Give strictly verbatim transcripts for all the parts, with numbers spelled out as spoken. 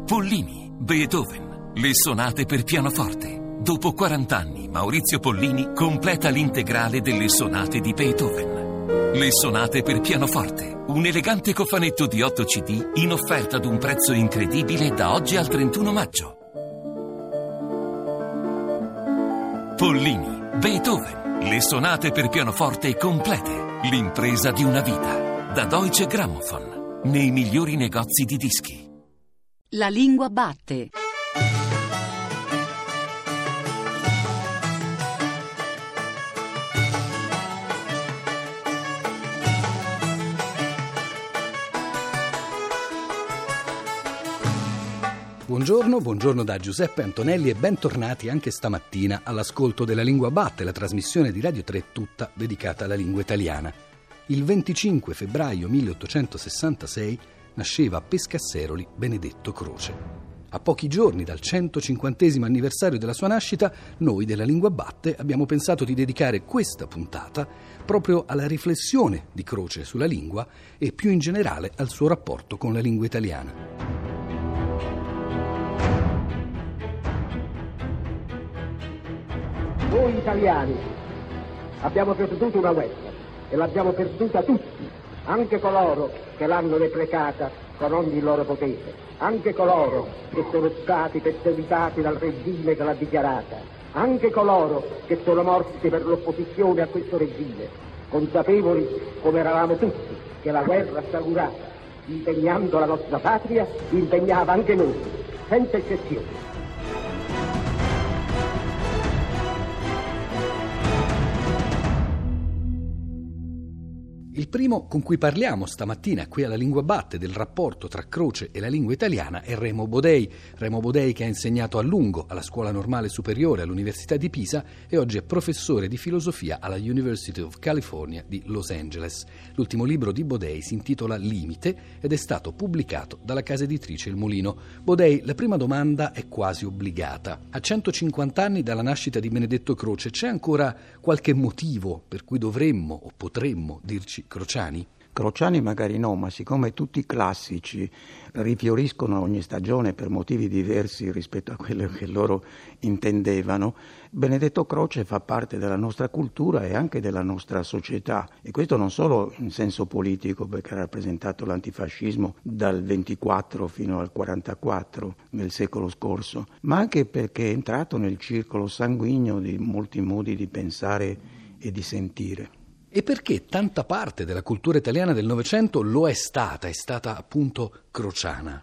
Pollini, Beethoven, le sonate per pianoforte. Dopo quaranta anni, Maurizio Pollini completa l'integrale delle sonate di Beethoven. Le sonate per pianoforte, un elegante cofanetto di otto C D in offerta ad un prezzo incredibile da oggi al trentuno maggio. Pollini, Beethoven, le sonate per pianoforte complete, l'impresa di una vita. Da Deutsche Grammophon, nei migliori negozi di dischi. La lingua batte. Buongiorno, buongiorno da Giuseppe Antonelli e bentornati anche stamattina all'ascolto della Lingua Batte, la trasmissione di Radio tre tutta dedicata alla lingua italiana. Il venticinque febbraio milleottocentosessantasei nasceva a Pescasseroli Benedetto Croce. A pochi giorni dal centocinquantesimo anniversario della sua nascita, noi della Lingua Batte abbiamo pensato di dedicare questa puntata proprio alla riflessione di Croce sulla lingua e più in generale al suo rapporto con la lingua italiana. Noi italiani abbiamo perduto una guerra e l'abbiamo perduta tutti, anche coloro che l'hanno deprecata con ogni loro potere, anche coloro che sono stati perseguitati dal regime che l'ha dichiarata, anche coloro che sono morti per l'opposizione a questo regime, consapevoli come eravamo tutti che la guerra assicurata, impegnando la nostra patria, impegnava anche noi, senza eccezione. Il primo con cui parliamo stamattina qui alla Lingua Batte del rapporto tra Croce e la lingua italiana è Remo Bodei. Remo Bodei che ha insegnato a lungo alla Scuola Normale Superiore all'Università di Pisa e oggi è professore di filosofia alla University of California di Los Angeles. L'ultimo libro di Bodei si intitola Limite ed è stato pubblicato dalla casa editrice Il Mulino. Bodei, la prima domanda è quasi obbligata. A centocinquanta anni dalla nascita di Benedetto Croce c'è ancora qualche motivo per cui dovremmo o potremmo dirci Crociani? Crociani magari no, ma siccome tutti i classici rifioriscono ogni stagione per motivi diversi rispetto a quello che loro intendevano, Benedetto Croce fa parte della nostra cultura e anche della nostra società, e questo non solo in senso politico, perché ha rappresentato l'antifascismo dal ventiquattro fino al quarantaquattro del secolo scorso, ma anche perché è entrato nel circolo sanguigno di molti modi di pensare e di sentire. E perché tanta parte della cultura italiana del Novecento lo è stata, è stata appunto crociana?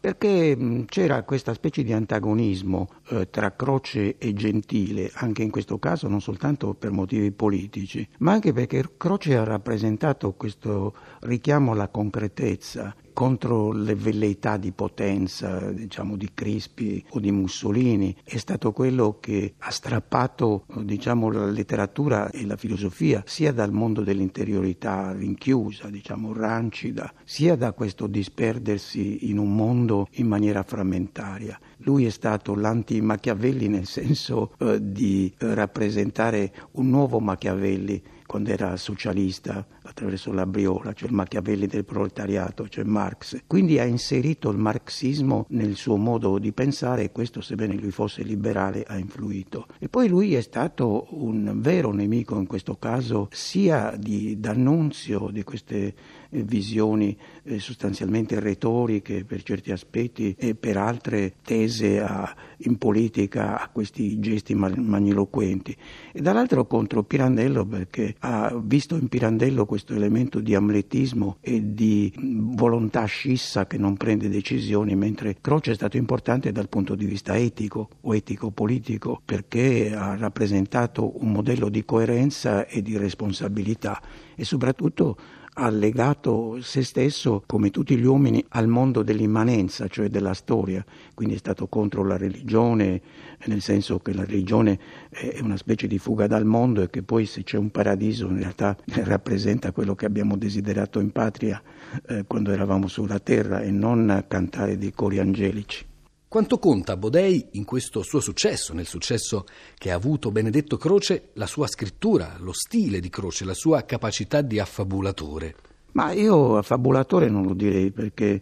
Perché c'era questa specie di antagonismo eh, tra Croce e Gentile, anche in questo caso non soltanto per motivi politici, ma anche perché Croce ha rappresentato questo richiamo alla concretezza contro le velleità di potenza, diciamo, di Crispi o di Mussolini. È stato quello che ha strappato, diciamo, la letteratura e la filosofia sia dal mondo dell'interiorità rinchiusa, diciamo, rancida, sia da questo disperdersi in un mondo in maniera frammentaria. Lui è stato l'anti-Machiavelli nel senso eh, di eh, rappresentare un nuovo Machiavelli quando era socialista attraverso la Briola, cioè il Machiavelli del proletariato, cioè Marx. Quindi ha inserito il marxismo nel suo modo di pensare e questo, sebbene lui fosse liberale, ha influito. E poi lui è stato un vero nemico in questo caso sia di D'Annunzio, di queste eh, visioni eh, sostanzialmente retoriche per certi aspetti e per altre tese a, in politica a questi gesti magniloquenti, e dall'altro contro Pirandello, perché ha visto in Pirandello questo elemento di amletismo e di volontà scissa che non prende decisioni, mentre Croce è stato importante dal punto di vista etico o etico-politico, perché ha rappresentato un modello di coerenza e di responsabilità e soprattutto ha legato se stesso, come tutti gli uomini, al mondo dell'immanenza, cioè della storia. Quindi è stato contro la religione, nel senso che la religione è una specie di fuga dal mondo e che poi, se c'è un paradiso, in realtà rappresenta quello che abbiamo desiderato in patria eh, quando eravamo sulla terra, e non cantare dei cori angelici. Quanto conta Bodei in questo suo successo, nel successo che ha avuto Benedetto Croce, la sua scrittura, lo stile di Croce, la sua capacità di affabulatore? Ma io affabulatore non lo direi, perché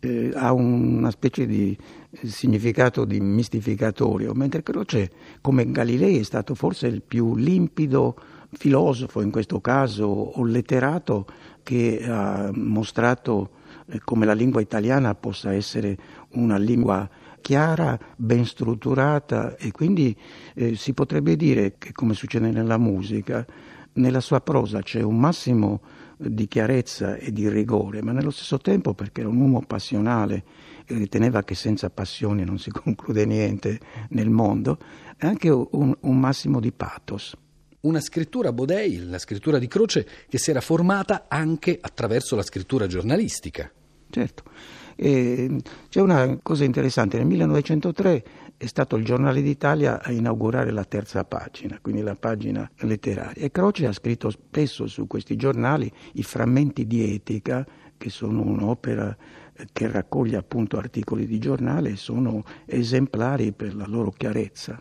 eh, ha una specie di significato di mistificatorio, mentre Croce, come Galilei, è stato forse il più limpido filosofo, in questo caso, o letterato, che ha mostrato eh, come la lingua italiana possa essere una lingua chiara, ben strutturata, e quindi eh, si potrebbe dire che, come succede nella musica, nella sua prosa c'è un massimo di chiarezza e di rigore, ma nello stesso tempo, perché era un uomo passionale e riteneva che senza passione non si conclude niente nel mondo, è anche un, un massimo di pathos. Una scrittura Bodei, la scrittura di Croce, che si era formata anche attraverso la scrittura giornalistica. Certo. E c'è una cosa interessante: nel millenovecentotre è stato il Giornale d'Italia a inaugurare la terza pagina, quindi la pagina letteraria, e Croce ha scritto spesso su questi giornali i frammenti di etica, che sono un'opera che raccoglie appunto articoli di giornale e sono esemplari per la loro chiarezza.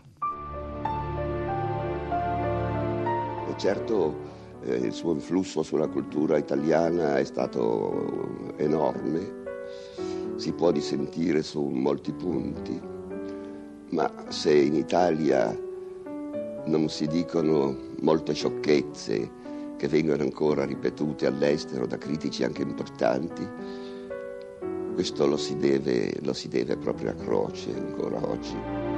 E certo eh, il suo influsso sulla cultura italiana è stato enorme, si può dissentire su molti punti, ma se in Italia non si dicono molte sciocchezze che vengono ancora ripetute all'estero da critici anche importanti, questo lo si deve, lo si deve proprio a Croce ancora oggi.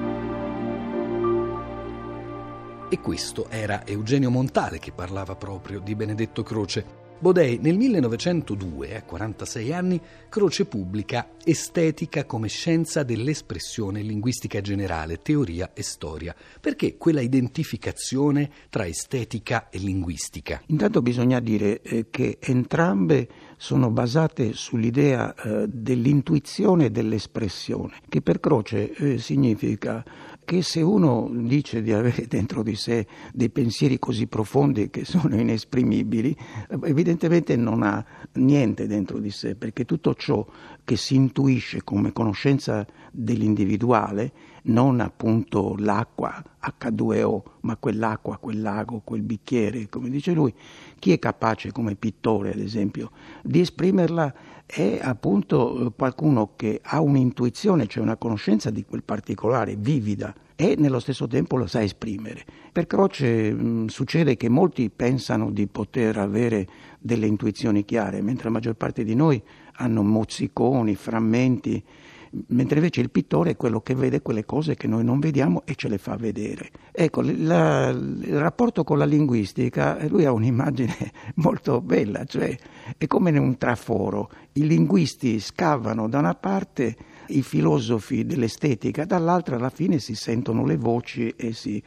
E questo era Eugenio Montale, che parlava proprio di Benedetto Croce. Bodei nel millenovecentodue, a quarantasei anni, Croce pubblica Estetica come scienza dell'espressione linguistica generale, teoria e storia. Perché quella identificazione tra estetica e linguistica? Intanto bisogna dire eh, che entrambe sono basate sull'idea eh, dell'intuizione e dell'espressione, che per Croce eh, significa che se uno dice di avere dentro di sé dei pensieri così profondi che sono inesprimibili, evidentemente non ha niente dentro di sé, perché tutto ciò che si intuisce come conoscenza dell'individuale, non appunto l'acqua acca due o, ma quell'acqua, quel lago, quel bicchiere, come dice lui, chi è capace come pittore, ad esempio, di esprimerla è appunto qualcuno che ha un'intuizione, cioè una conoscenza di quel particolare vivida, e nello stesso tempo lo sa esprimere. Per Croce mh, succede che molti pensano di poter avere delle intuizioni chiare, mentre la maggior parte di noi hanno mozziconi, frammenti, mentre invece il pittore è quello che vede quelle cose che noi non vediamo e ce le fa vedere. Ecco, la, il rapporto con la linguistica, lui ha un'immagine molto bella, cioè è come in un traforo. I linguisti scavano da una parte, i filosofi dell'estetica dall'altra, alla fine si sentono le voci e si...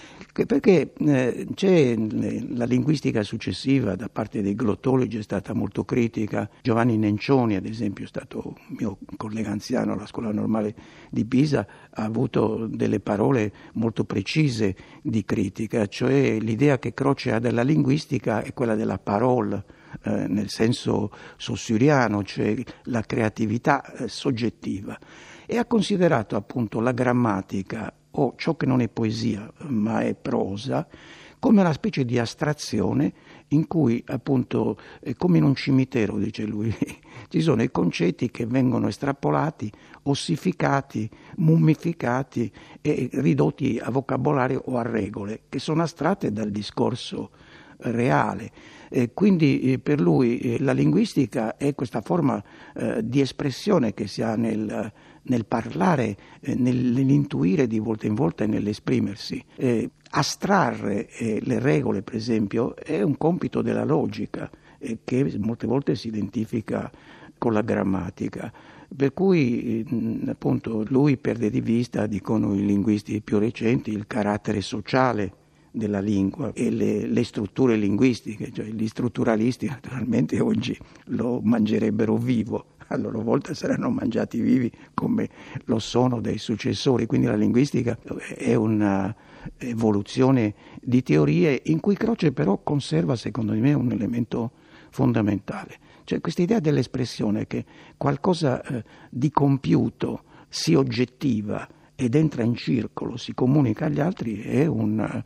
Perché eh, c'è la linguistica successiva da parte dei glottologi, è stata molto critica. Giovanni Nencioni, ad esempio, è stato un mio collega anziano alla Scuola Normale di Pisa, ha avuto delle parole molto precise di critica, cioè l'idea che Croce ha della linguistica è quella della parole, eh, nel senso saussuriano, cioè la creatività eh, soggettiva, e ha considerato appunto la grammatica, o ciò che non è poesia ma è prosa, come una specie di astrazione in cui appunto, eh, come in un cimitero, dice lui, ci sono i concetti che vengono estrapolati, ossificati, mummificati e ridotti a vocabolario o a regole che sono astratte dal discorso reale. Eh, quindi eh, per lui eh, la linguistica è questa forma eh, di espressione che si ha nel, nel parlare, eh, nell'intuire di volta in volta e nell'esprimersi. Eh, astrarre eh, le regole, per esempio, è un compito della logica eh, che molte volte si identifica con la grammatica. Per cui eh, appunto lui perde di vista, dicono i linguisti più recenti, il carattere sociale della lingua e le, le strutture linguistiche, cioè gli strutturalisti naturalmente oggi lo mangerebbero vivo, a loro volta saranno mangiati vivi come lo sono dai successori, quindi la linguistica è una evoluzione di teorie in cui Croce però conserva, secondo me, un elemento fondamentale, cioè questa idea dell'espressione, che qualcosa eh, di compiuto si oggettiva ed entra in circolo, si comunica agli altri, è un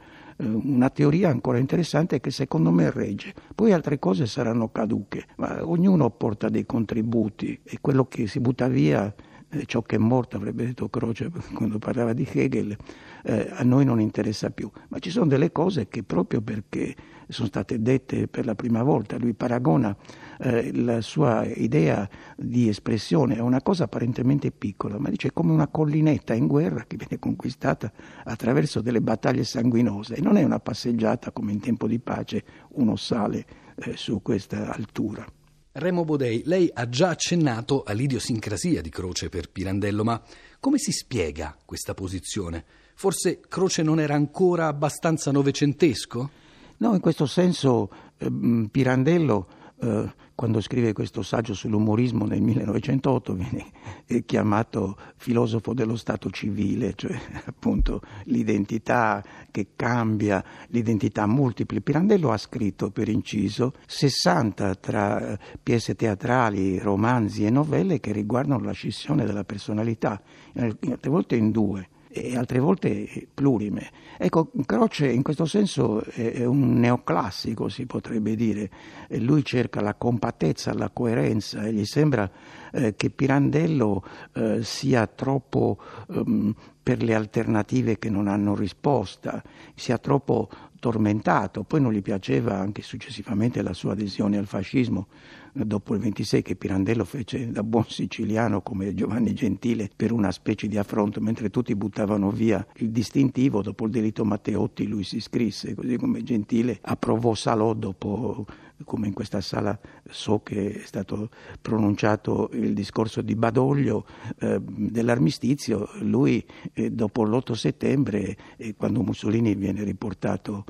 eh, una teoria ancora interessante che secondo me regge. Poi altre cose saranno caduche, ma ognuno porta dei contributi e quello che si butta via, eh, ciò che è morto, avrebbe detto Croce quando parlava di Hegel, eh, a noi non interessa più. Ma ci sono delle cose che proprio perché sono state dette per la prima volta, lui paragona eh, la sua idea di espressione a una cosa apparentemente piccola, ma dice come una collinetta in guerra che viene conquistata attraverso delle battaglie sanguinose, e non è una passeggiata come in tempo di pace uno sale eh, su questa altura. Remo Bodei, lei ha già accennato all'idiosincrasia di Croce per Pirandello, ma come si spiega questa posizione? Forse Croce non era ancora abbastanza novecentesco? No, in questo senso eh, Pirandello, eh, quando scrive questo saggio sull'umorismo nel millenovecentotto, viene eh, chiamato filosofo dello stato civile, cioè appunto l'identità che cambia, l'identità multipla. Pirandello ha scritto, per inciso, sessanta tra pièce teatrali, romanzi e novelle che riguardano la scissione della personalità, altre volte in due e altre volte plurime. Ecco, Croce in questo senso è un neoclassico, si potrebbe dire. Lui cerca la compattezza, la coerenza, e gli sembra eh, che Pirandello eh, sia troppo um, per le alternative che non hanno risposta, sia troppo tormentato. Poi non gli piaceva anche successivamente la sua adesione al fascismo dopo il ventisei, che Pirandello fece da buon siciliano come Giovanni Gentile per una specie di affronto, mentre tutti buttavano via il distintivo. Dopo il delitto Matteotti lui si iscrisse, così come Gentile approvò Salò dopo, come in questa sala so che è stato pronunciato il discorso di Badoglio eh, dell'armistizio. Lui eh, dopo l'otto settembre, eh, quando Mussolini viene riportato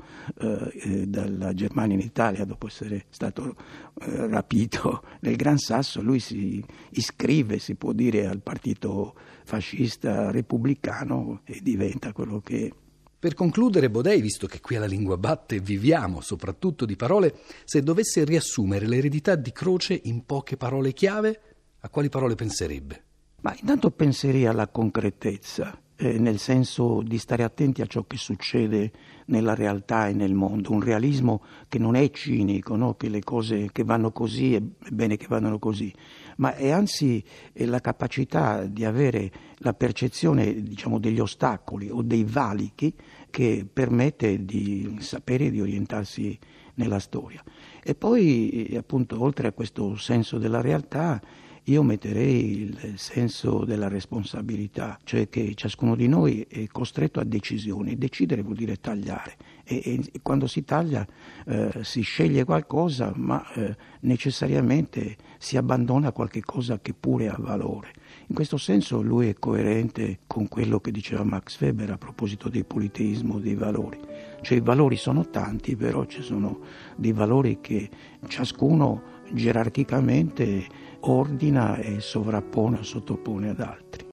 eh, dalla Germania in Italia dopo essere stato eh, rapito nel Gran Sasso, lui si iscrive, si può dire, al partito fascista repubblicano e diventa quello che è. Per concludere, Bodei, visto che qui alla Lingua Batte viviamo soprattutto di parole, se dovesse riassumere l'eredità di Croce in poche parole chiave, a quali parole penserebbe? Ma intanto penserei alla concretezza, eh, nel senso di stare attenti a ciò che succede nella realtà e nel mondo, un realismo che non è cinico, no? Che le cose che vanno così è bene che vadano così, ma è anzi è la capacità di avere la percezione, diciamo, degli ostacoli o dei valichi che permette di sapere e di orientarsi nella storia. E poi appunto oltre a questo senso della realtà io metterei il senso della responsabilità, cioè che ciascuno di noi è costretto a decisioni. Decidere vuol dire tagliare e, e quando si taglia eh, si sceglie qualcosa, ma eh, necessariamente si abbandona qualche cosa che pure ha valore. In questo senso lui è coerente con quello che diceva Max Weber a proposito del politeismo dei valori. Cioè i valori sono tanti, però ci sono dei valori che ciascuno gerarchicamente ordina e sovrappone o sottopone ad altri.